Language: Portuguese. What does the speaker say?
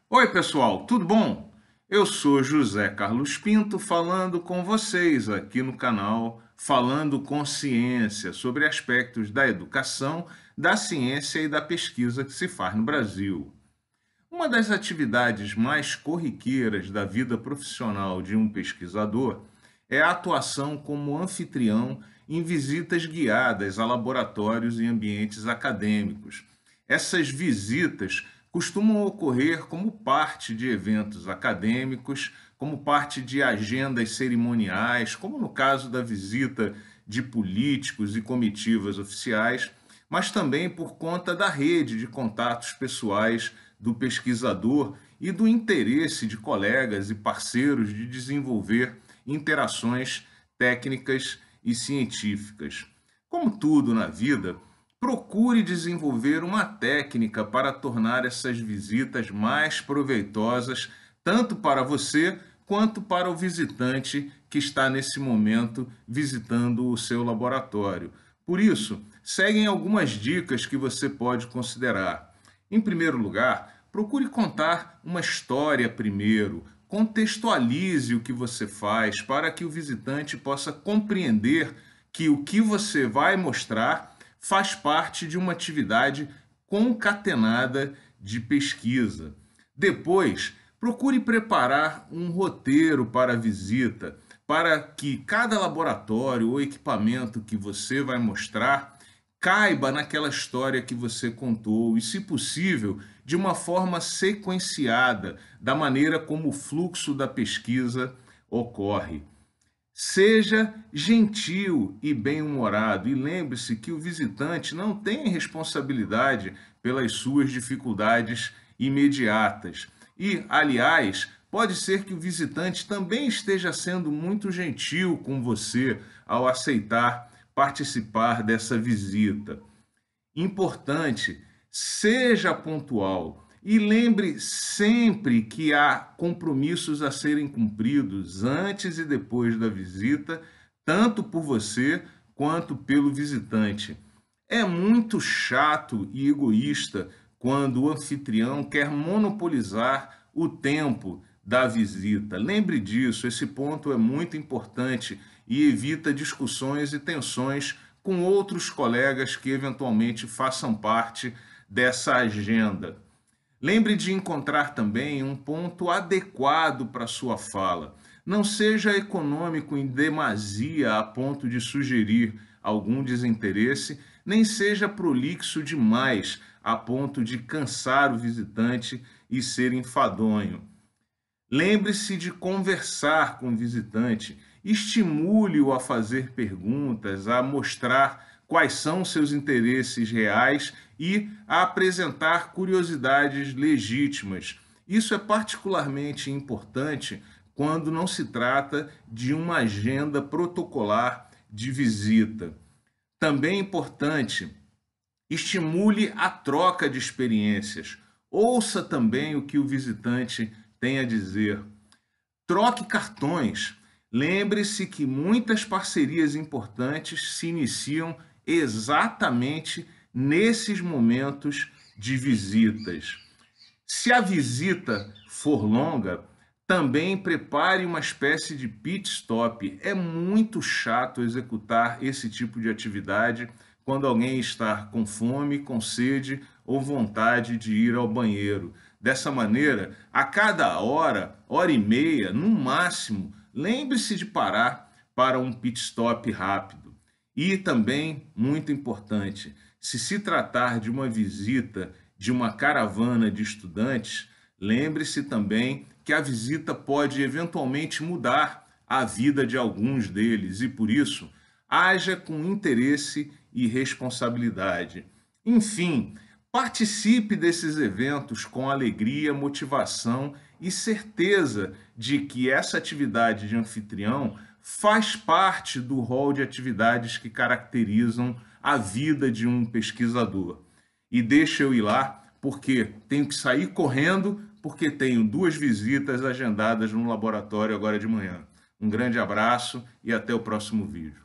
Oi, pessoal, tudo bom? Eu sou José Carlos Pinto falando com vocês aqui no canal Falando com Ciência sobre aspectos da educação, da ciência e da pesquisa que se faz no Brasil. Uma das atividades mais corriqueiras da vida profissional de um pesquisador é a atuação como anfitrião em visitas guiadas a laboratórios e ambientes acadêmicos. Essas visitas costumam ocorrer como parte de eventos acadêmicos, como parte de agendas cerimoniais, como no caso da visita de políticos e comitivas oficiais, mas também por conta da rede de contatos pessoais do pesquisador e do interesse de colegas e parceiros de desenvolver interações técnicas e científicas. Como tudo na vida, procure desenvolver uma técnica para tornar essas visitas mais proveitosas, tanto para você quanto para o visitante que está nesse momento visitando o seu laboratório. Por isso, seguem algumas dicas que você pode considerar. Em primeiro lugar, procure contar uma história primeiro. Contextualize o que você faz para que o visitante possa compreender que o que você vai mostrar faz parte de uma atividade concatenada de pesquisa. Depois, procure preparar um roteiro para a visita, para que cada laboratório ou equipamento que você vai mostrar caiba naquela história que você contou e, se possível, de uma forma sequenciada, da maneira como o fluxo da pesquisa ocorre. Seja gentil e bem-humorado e lembre-se que o visitante não tem responsabilidade pelas suas dificuldades imediatas. E, aliás, pode ser que o visitante também esteja sendo muito gentil com você ao aceitar participar dessa visita. Importante, seja pontual e lembre sempre que há compromissos a serem cumpridos antes e depois da visita, tanto por você quanto pelo visitante. É muito chato e egoísta quando o anfitrião quer monopolizar o tempo da visita. Lembre disso, esse ponto é muito importante e evita discussões e tensões com outros colegas que eventualmente façam parte dessa agenda. Lembre de encontrar também um ponto adequado para sua fala. Não seja econômico em demasia a ponto de sugerir algum desinteresse, nem seja prolixo demais a ponto de cansar o visitante e ser enfadonho. Lembre-se de conversar com o visitante, estimule-o a fazer perguntas, a mostrar quais são seus interesses reais e a apresentar curiosidades legítimas. Isso é particularmente importante quando não se trata de uma agenda protocolar de visita. Também é importante, estimule a troca de experiências. Ouça também o que o visitante tem a dizer. Troque cartões. Lembre-se que muitas parcerias importantes se iniciam exatamente nesses momentos de visitas. Se a visita for longa, também prepare uma espécie de pit stop. É muito chato executar esse tipo de atividade quando alguém está com fome, com sede ou vontade de ir ao banheiro. Dessa maneira, a cada hora, hora e meia, no máximo, lembre-se de parar para um pit stop rápido. E também, muito importante, se tratar de uma visita de uma caravana de estudantes, lembre-se também que a visita pode eventualmente mudar a vida de alguns deles e, por isso, haja com interesse e responsabilidade. Enfim, participe desses eventos com alegria, motivação e certeza de que essa atividade de anfitrião faz parte do rol de atividades que caracterizam a vida de um pesquisador. E deixa eu ir lá, porque tenho que sair correndo, porque tenho 2 visitas agendadas no laboratório agora de manhã. Um grande abraço e até o próximo vídeo.